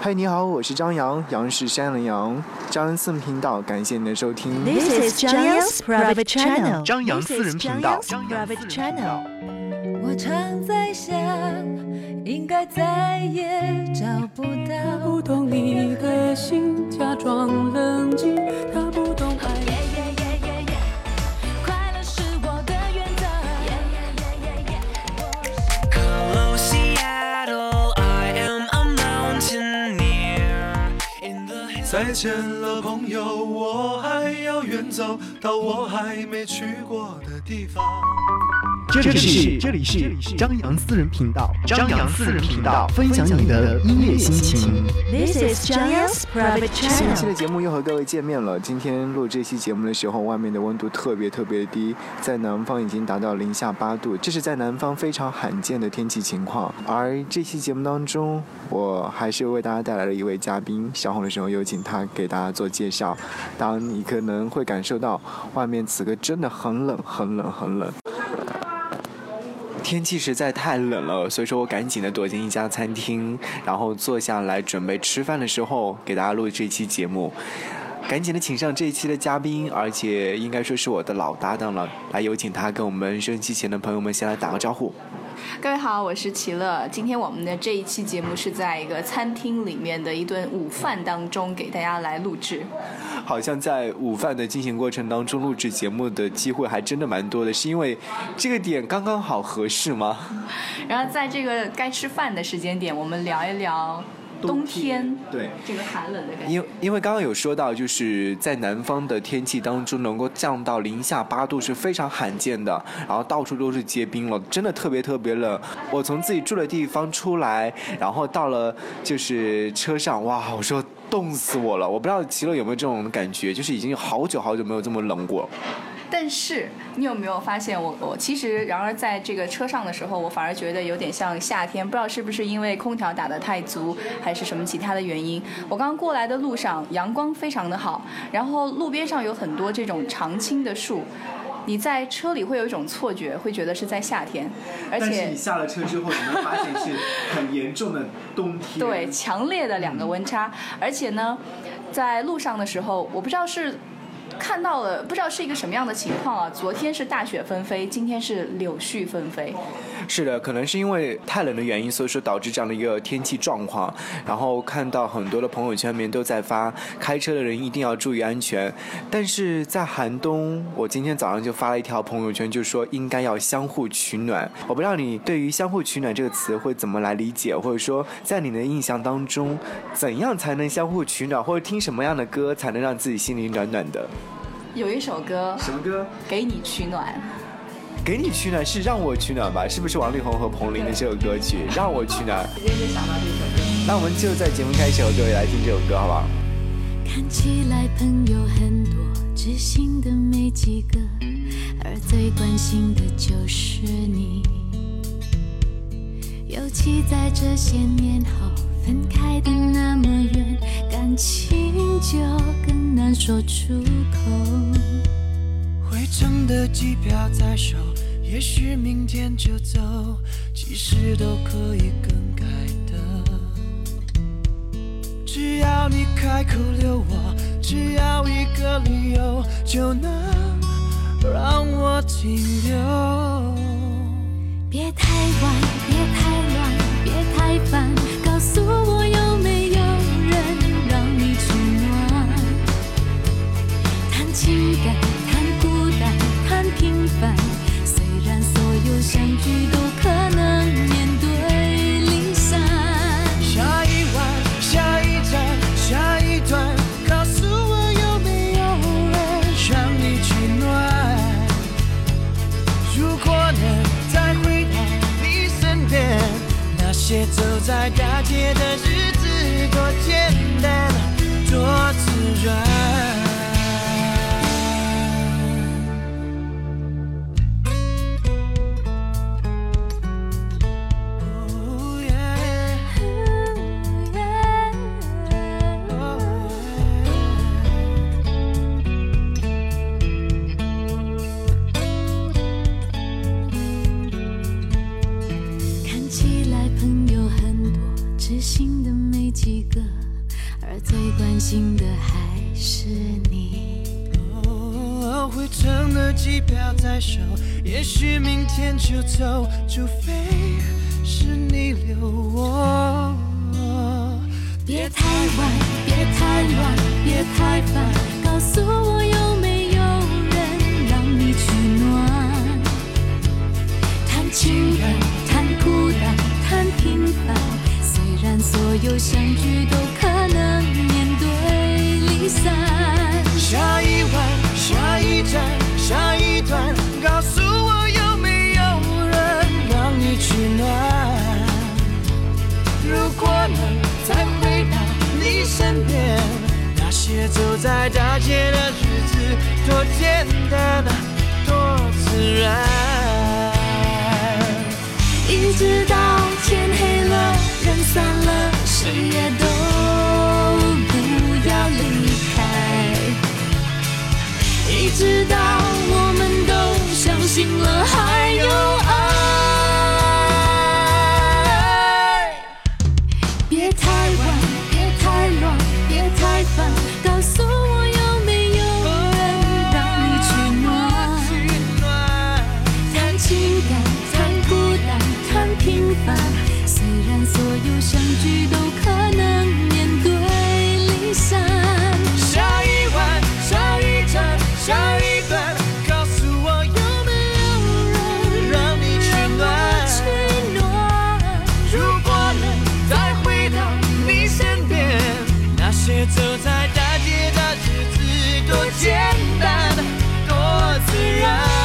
嗨，你好，我是张扬，杨是山的杨，张扬私人频道，感谢你的收听。 This is 张扬 Private Channel， 张扬私人频道， Private Channel。 我常在想，应该再也找不到。 他不懂你的心，假装冷静，他不懂爱。 快乐是我的原则。 Hello Seattle, I am a mountaineer. 再见了朋友，我还要远走到我还没去过的地方。 这里是张扬私人频道，张扬私人频道，分享你的音乐心情。 This is 张扬 Private 新一期 Channel。 的节目又和各位见面了。今天录这期节目的时候，外面的温度特别低，在南方已经达到零下8度，这是在南方非常罕见的天气情况。而这期节目当中，我还是为大家带来了一位嘉宾，小红的时候有请他给大家做介绍。当然，你可能会感受到外面此刻真的很冷。天气实在太冷了，所以说我赶紧的躲进一家餐厅，然后坐下来准备吃饭的时候，给大家录这期节目。赶紧的请上这一期的嘉宾，而且应该说是我的老搭档了，来有请他跟我们收音机前的朋友们先来打个招呼。 各位好，我是齐乐。今天我们的这一期节目是在一个餐厅里面的一顿午饭当中给大家来录制。 好像在午饭的进行过程当中录制节目的机会还真的蛮多的，是因为这个点刚刚好合适吗？ 然后在这个该吃饭的时间点，我们聊一聊冬天对这个寒冷的感觉。 因为刚刚有说到，就是在南方的天气当中能够降到零下8度是非常罕见的，然后到处都是结冰了，真的特别冷。我从自己住的地方出来，然后到了就是车上，哇，我说冻死我了。我不知道齐乐有没有这种感觉，就是已经有好久没有这么冷过。 但是你有没有发现我其实然而在这个车上的时候，我反而觉得有点像夏天，不知道是不是因为空调打得太足还是什么其他的原因。我刚过来的路上阳光非常的好，然后路边上有很多这种常青的树，你在车里会有一种错觉，会觉得是在夏天，而且但是你下了车之后，你会发现是很严重的冬天。 对，强烈的两个温差。而且呢，在路上的时候，我不知道是看到了，不知道是一个什么样的情况啊。昨天是大雪纷飞，今天是柳絮纷飞。 是的，可能是因为太冷的原因，所以说导致这样的一个天气状况。然后看到很多的朋友圈里面都在发，开车的人一定要注意安全。但是在寒冬，我今天早上就发了一条朋友圈，就说应该要相互取暖。我不知道你对于相互取暖这个词会怎么来理解，或者说在你的印象当中，怎样才能相互取暖，或者听什么样的歌才能让自己心里暖暖的？ 有一首歌， 什么歌？ 给你取暖。 给你取暖是让我取暖吧？是不是王力宏和彭羚的这首歌曲《让我取暖》？ 直接就想到这首歌。 那我们就在节目开始和各位来听这首歌，好不好？ 看起来朋友很多，知心的没几个，而最关心的就是你。尤其在这些年后，分开的那么远，感情就更难说出口。 回程的机票在手，也许明天就走，其实都可以更改的。只要你开口留我，只要一个理由，就能让我停留。 别太晚，别太乱，别太烦，告诉我有没有人让你取暖。谈情感，谈孤单，谈平凡，虽然所有相聚都可能面对离散。 下一晚，下一站，下一段，告诉我有没有人让你取暖。如果能再回到你身边，那些走在大街的日子没几个，而最关心的还是你。 回程的机票在手，也许明天就走，除非是你留我。 别太晚，别太乱，别太烦，告诉我有没有人让你取暖。谈情感，谈孤单，谈平凡，虽然所有相聚都可能面对离散。 下一晚，下一站，下一段，告诉我有没有人让你取暖。如果能再回到你身边，那些走在大街的日子多简单，多自然。 一直到天黑了，人散了，谁也都不要离开。一直到我们都相信了还有爱。别太晚，别太乱，别太烦，告诉我有没有人让你取暖。谈情感，谈孤单，谈平凡，虽然所有相聚都可能面对离散。 下一晚，下一站，下一段，告诉我有没有人让你取暖。如果能再回到你身边，那些走在大街的日子多简单，多自然。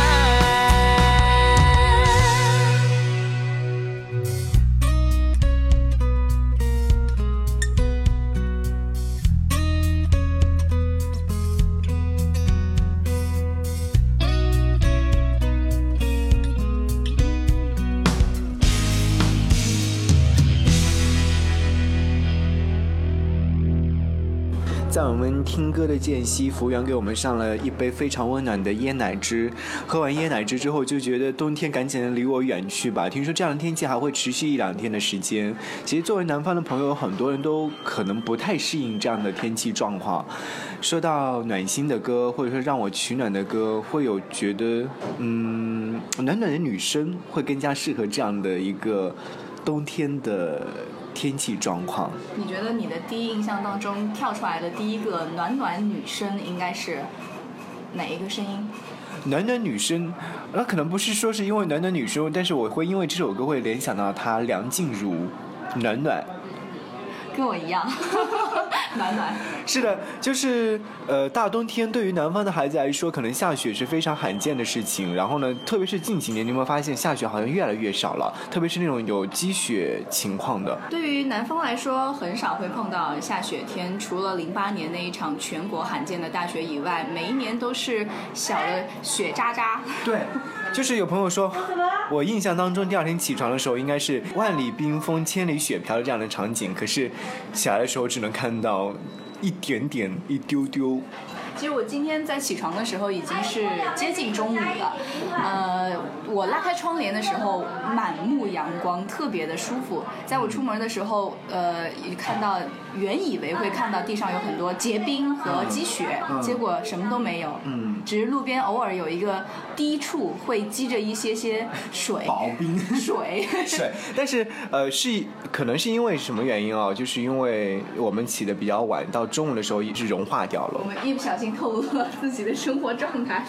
在我们听歌的间隙，服务员给我们上了一杯非常温暖的椰奶汁。喝完椰奶汁之后，就觉得冬天赶紧离我远去吧。听说这样的天气还会持续1-2天的时间。其实作为南方的朋友，很多人都可能不太适应这样的天气状况。说到暖心的歌，或者说让我取暖的歌，会有觉得暖暖的女生会更加适合这样的一个冬天的天气状况。 你觉得你的第一印象当中跳出来的第一个暖暖女生应该是哪一个声音？ 暖暖女生，那可能不是说是因为暖暖女生，但是我会因为这首歌会联想到她梁静茹，暖暖。 跟我一样，暖暖。 是的，就是大冬天对于南方的孩子来说，可能下雪是非常罕见的事情。然后呢，特别是近几年，你有没有发现下雪好像越来越少了？特别是那种有积雪情况的。 对于南方来说，很少会碰到下雪天，除了08年那一场全国罕见的大雪以外，每一年都是小的雪渣渣。 对。就是有朋友说，我印象当中第2天起床的时候应该是万里冰封千里雪飘的这样的场景，可是起来的时候只能看到一点点一丢丢。 其实我今天在起床的时候已经是接近中午了，我拉开窗帘的时候满目阳光，特别的舒服。在我出门的时候，看到原以为会看到地上有很多结冰和积雪，结果什么都没有，只是路边偶尔有一个低处会积着一些水， 薄冰水， 但是可能是因为什么原因啊？就是因为我们起得比较晚，到中午的时候也是融化掉了。 我们一不小心透露了自己的生活状态。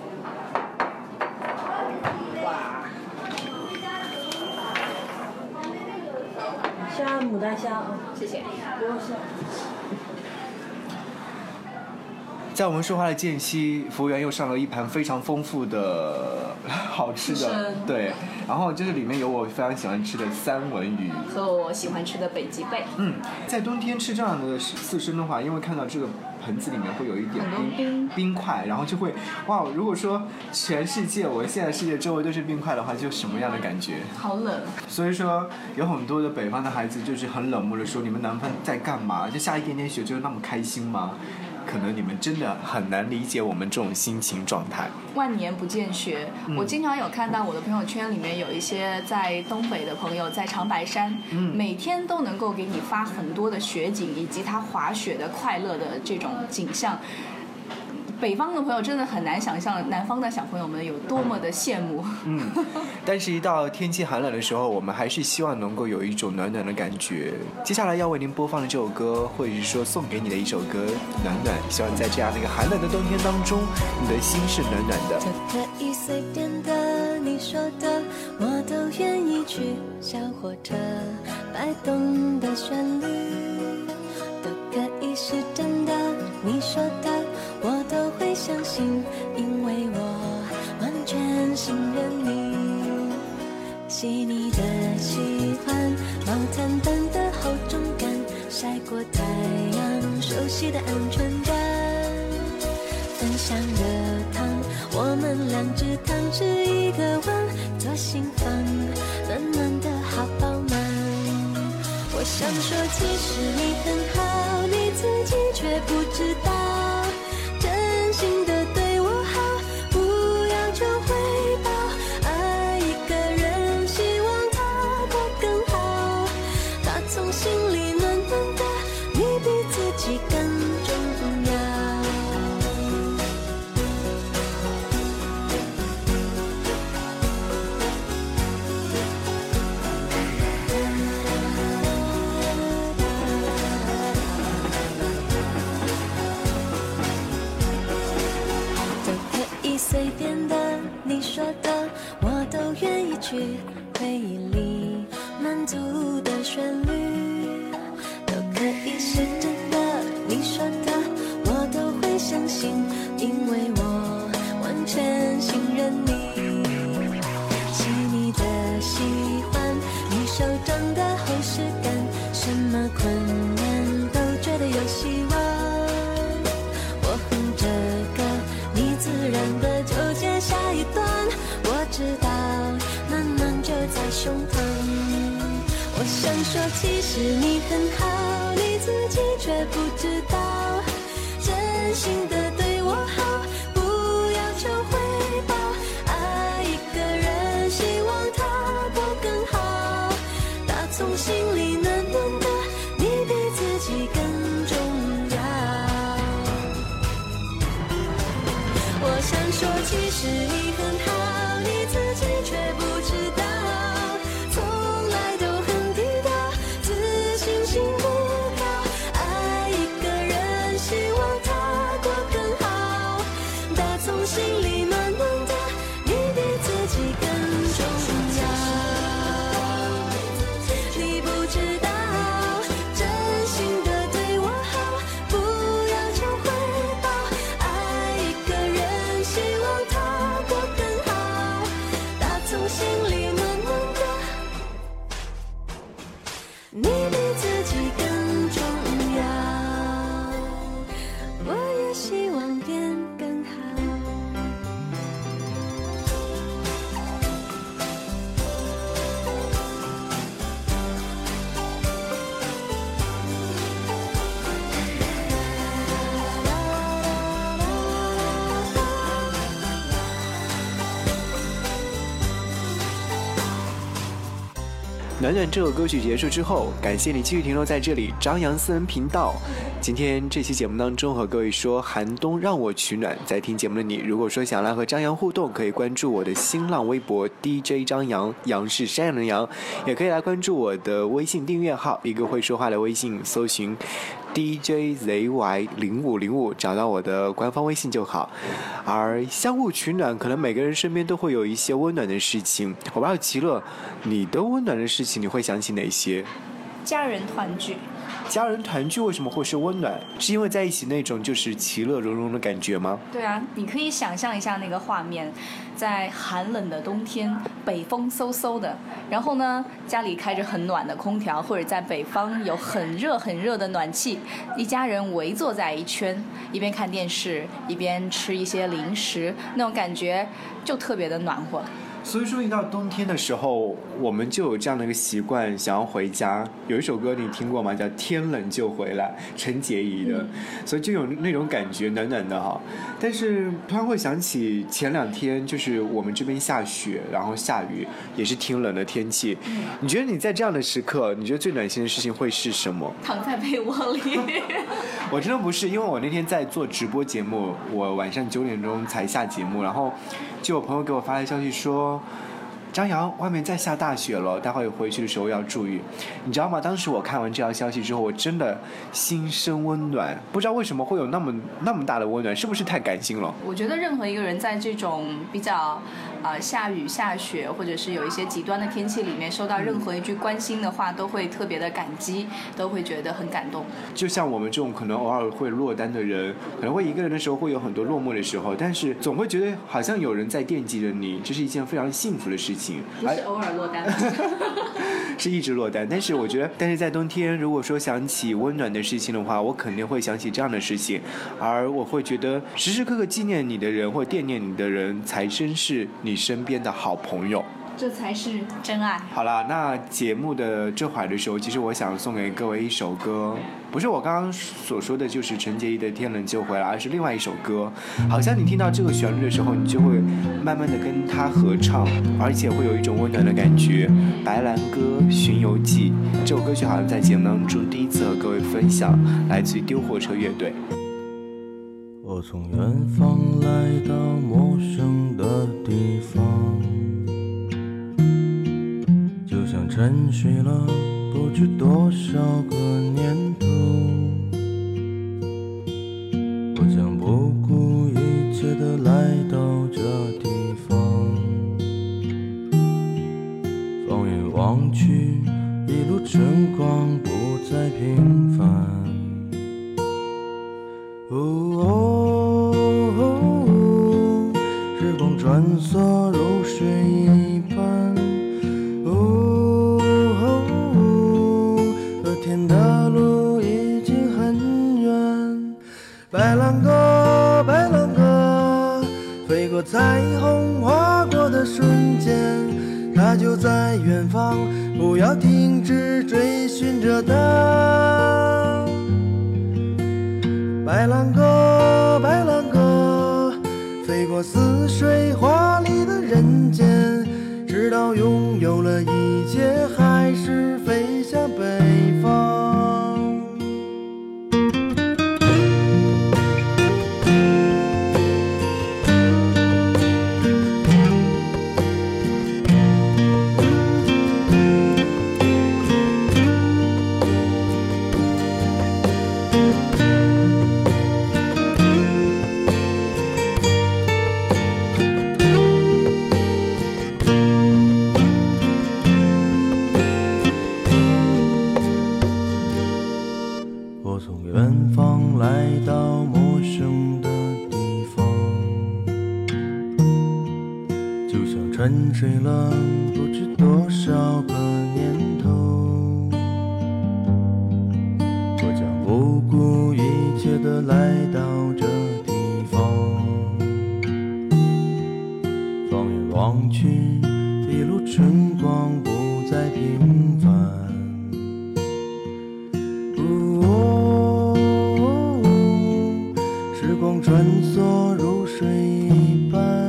虾牡丹虾啊， 谢谢。 不用谢。 在我们说话的间隙，服务员又上了一盘非常丰富的好吃的，对，然后就是里面有我非常喜欢吃的三文鱼和我喜欢吃的北极贝。 在冬天吃这样的刺身的话，因为看到这个盆子里面会有一点冰块，然后就会哇，如果说全世界我现在世界周围都是冰块的话，就什么样的感觉？ 好冷。 所以说有很多的北方的孩子就是很冷漠的说，你们南方在干嘛？就下一点点雪就那么开心吗？ 可能你们真的很难理解我们这种心情状态。 万年不见雪，我经常有看到我的朋友圈里面有一些在东北的朋友在长白山，每天都能够给你发很多的雪景以及他滑雪的快乐的这种景象。北方的朋友真的很难想象南方的小朋友们有多么的羡慕。 但是一到天气寒冷的时候，我们还是希望能够有一种暖暖的感觉。接下来要为您播放的这首歌，或者是说送给你的一首歌《暖暖》，希望在这样的一个寒冷的冬天当中，你的心是暖暖的。 都可以随便的，你说的我都愿意去。小火车摆动的旋律，都可以是真的，你说的我都会相信，因为我完全信任你。细腻的喜欢，毛毯般的厚重感，晒过太阳，熟悉的安全感。分享的糖，我们两只汤匙一个碗，左心房，暖暖的好饱满。我想说，其实你很好，你自己却不知道。真心的对我好，不要求回报。爱一个人，希望他过更好。打从心里暖暖的，你比自己更重要。随便的，你说的我都愿意去。回忆里满足的旋律，都可以是真的，你说的我都会相信，因为我完全信任你。细腻的喜欢，你手掌的厚实感，什么困难都觉得有希望。我哼着歌，你自然的就接下一段，我知道暖暖就在胸膛。我想说，其实你很好，你自己却不知道。真心的对我好，不要求回报。爱一个人，希望他过更好。打从心里暖暖的，你比自己更重要。我想说，其实你很好，你自己却不知道。从来都很低调，自信心不高。爱一个人，希望他过更好。打从心里暖暖的，你比自己更重要。你不知道，真心的对我好，不要求回报。爱一个人，希望他过更好。打从心里暖暖的，你比自己更重要。我也希望变更好。 暖暖这首歌曲结束之后，感谢你继续停留在这里张扬私人频道。今天这期节目当中和各位说寒冬让我取暖，在听节目的你，如果说想来和张扬互动，可以关注我的新浪微博 DJ 张扬，杨是山羊的羊，也可以来关注我的微信订阅号，一个会说话的微信，搜寻DJZY0505，找到我的官方微信就好。而相互取暖，可能每个人身边都会有一些温暖的事情。我不知道齐乐，你的温暖的事情你会想起哪些？ 家人团聚。 家人团聚为什么会是温暖？是因为在一起那种就是其乐融融的感觉吗？ 对啊，你可以想象一下那个画面，在寒冷的冬天，北风嗖嗖的，然后呢，家里开着很暖的空调，或者在北方有很热很热的暖气，一家人围坐在一圈，一边看电视，一边吃一些零食，那种感觉就特别的暖和。 所以说一到冬天的时候，我们就有这样的一个习惯，想要回家。有一首歌你听过吗？叫《天冷就回来》，陈洁仪的，所以就有那种感觉，暖暖的哈。但是突然会想起前2天，就是我们这边下雪，然后下雨，也是挺冷的天气。你觉得你在这样的时刻，你觉得最暖心的事情会是什么？ 躺在被窝里。 我真的不是，因为我那天在做直播节目，我晚上9点钟才下节目，然后就有朋友给我发来消息说，张扬，外面在下大雪了，待会回去的时候要注意。你知道吗？当时我看完这条消息之后，我真的心生温暖，不知道为什么会有那么大的温暖，是不是太感性了？ 我觉得任何一个人在这种比较下雨下雪，或者是有一些极端的天气里面，收到任何一句关心的话，都会特别的感激，都会觉得很感动。就像我们这种可能偶尔会落单的人，可能会一个人的时候会有很多落寞的时候，但是总会觉得好像有人在惦记着你，这是一件非常幸福的事情。 不是偶尔落单。 是一直落单，但是我觉得，但是在冬天，如果说想起温暖的事情的话，我肯定会想起这样的事情，而我会觉得时时刻刻纪念你的人或惦念你的人，才真是你身边的好朋友。 这才是真爱。 好啦，那节目的这会儿的时候，其实我想送给各位一首歌，不是我刚刚所说的就是陈洁仪的《天冷就回来》，而是另外一首歌。好像你听到这个旋律的时候，你就会慢慢的跟它合唱，而且会有一种温暖的感觉。白兰鸽巡游记这首歌曲好像在节目当中第一次和各位分享，来自于丢火车乐队。 我从远方来到陌生的地方，就像沉睡了不知多少个年头，我将不顾一切地来到这地方，放眼望去，一路晨光不再平凡。时光穿梭如水一般，和天的路已经很远。白兰鸽，白兰鸽，飞过彩虹划过的瞬间，它就在远方，不要停止追寻着它。白兰鸽，白兰鸽，飞过似水华丽的人间，直到拥有了一切，还是飞向北方。沉睡了不知多少个年头，我将不顾一切地来到这地方，放眼望去，一路晨光不再平凡。时光穿梭如水一般，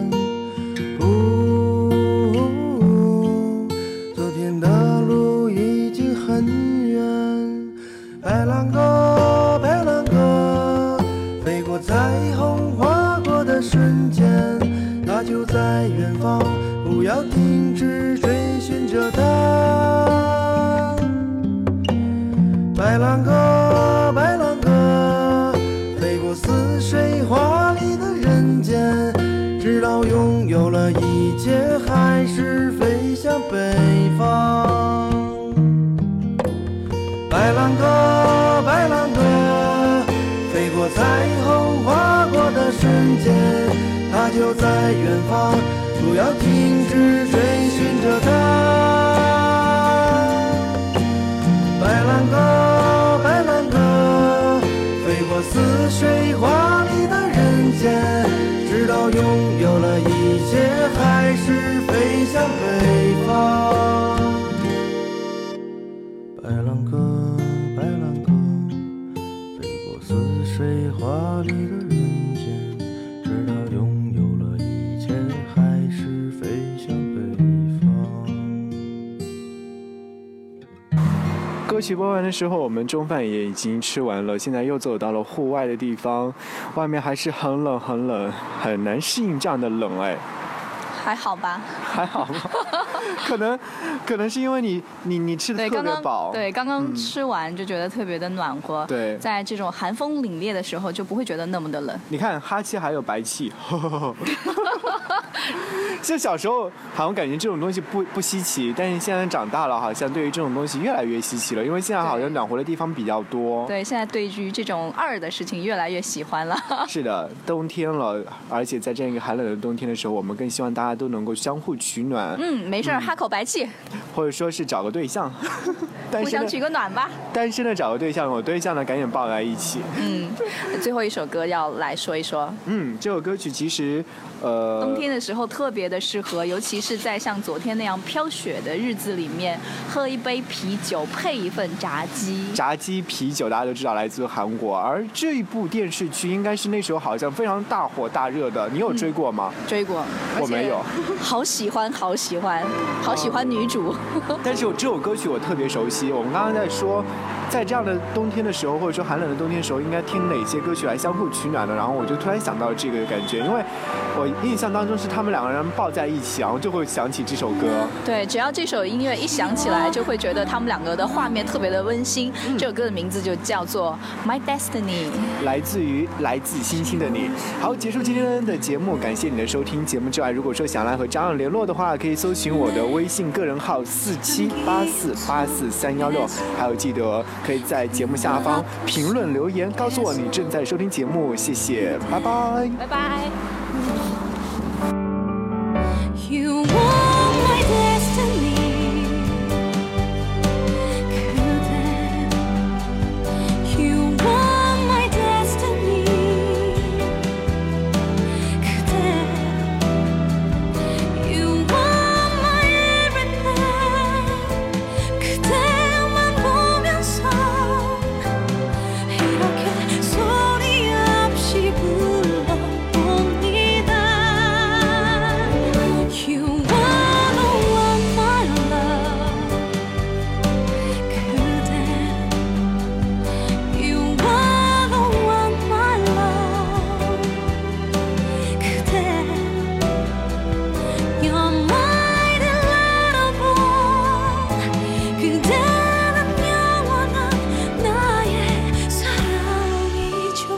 白兰鸽，白兰鸽，飞过彩虹划过的瞬间，它就在远方，不要停止追寻着它。白兰鸽，白兰鸽，飞过似水华丽的人间，直到拥有了一切，还是飞向北方。白兰鸽，白兰鸽，飞过彩虹划过的瞬间，它就在远方，不要停止追寻着它。白兰鸽，白兰鸽，飞过似水华丽的人间，直到拥有了一切，还是飞向北方。白兰鸽，白兰鸽，飞过似水华丽的人间，直到拥有了一切，还是飞向北方。 歌曲播完的时候，我们中饭也已经吃完了，现在又走到了户外的地方，外面还是很冷很冷，很难适应这样的冷哎。 还好吧？ 还好吗？可能是因为你吃的特别饱。 对，刚刚吃完就觉得特别的暖和。 对， 在这种寒风凛冽的时候就不会觉得那么的冷。 你看哈气还有白气。就小时候好像感觉这种东西不稀奇，但是现在长大了，好像对于这种东西越来越稀奇了，因为现在好像暖和的地方比较多。 对，现在对于这种二的事情越来越喜欢了。 是的，冬天了，而且在这样一个寒冷的冬天的时候，我们更希望大家都能够相互取暖。 没事，哈口白气， 或者说是找个对象， 互相取个暖吧。 单身的找个对象，有对象的赶紧抱在一起。 最后一首歌要来说一说。 这首歌曲其实冬天的时候特别的适合，尤其是在像昨天那样飘雪的日子里面，喝一杯啤酒配一份炸鸡。 炸鸡啤酒大家都知道来自韩国，而这一部电视剧应该是那时候好像非常大火大热的，你有追过吗？ 追过， 我没有。 好喜欢女主。 但是这首歌曲我特别熟悉，我们刚刚在说在这样的冬天的时候，或者说寒冷的冬天的时候，应该听哪些歌曲来相互取暖呢？然后我就突然想到这个感觉，因为我印象当中是他们两个人抱在一起，然后就会想起这首歌。 对，只要这首音乐一响起来，就会觉得他们两个的画面特别的温馨。这首歌的名字就叫做《My Destiny》， 来自星星的你。好，结束今天的节目，感谢你的收听。节目之外，如果说想来和张亮联络的话，可以搜寻我的微信个人号4784844316，还有记得可以在节目下方评论留言，告诉我你正在收听节目，谢谢，拜拜， 拜拜。 You are my destiny. 그대, you are my destiny. 그대, you are my everything. 그대만 보면서 이렇게 소리 없이 불러봅니다. You are the one, my love. 그대, you are the one, my love. 그대, you're my delightable. 그대는 영원한 나의 사랑이죠.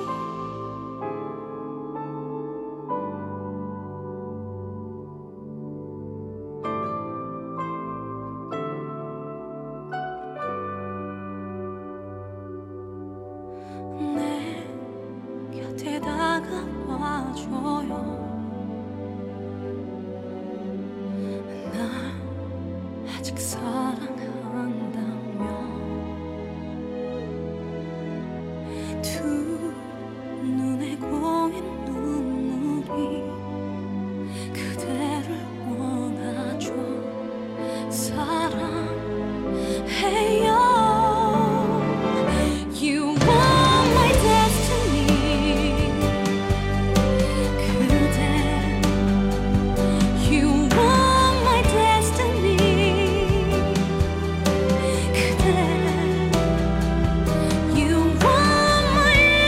내 곁에 다가와줘요. 날 아직 사랑한다면 두 눈에 고인 눈물이 그대를 원하죠. 사랑해요. You are my destiny. 그대, you are my destiny. 그대, you are my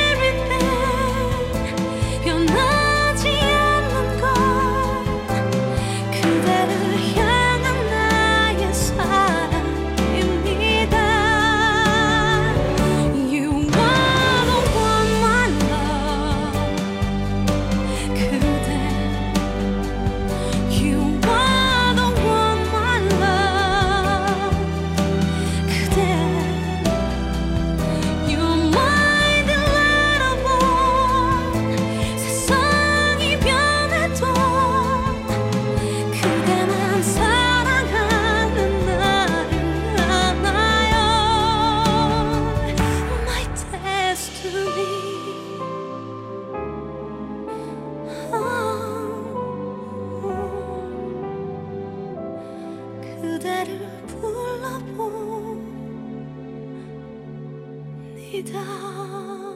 记得。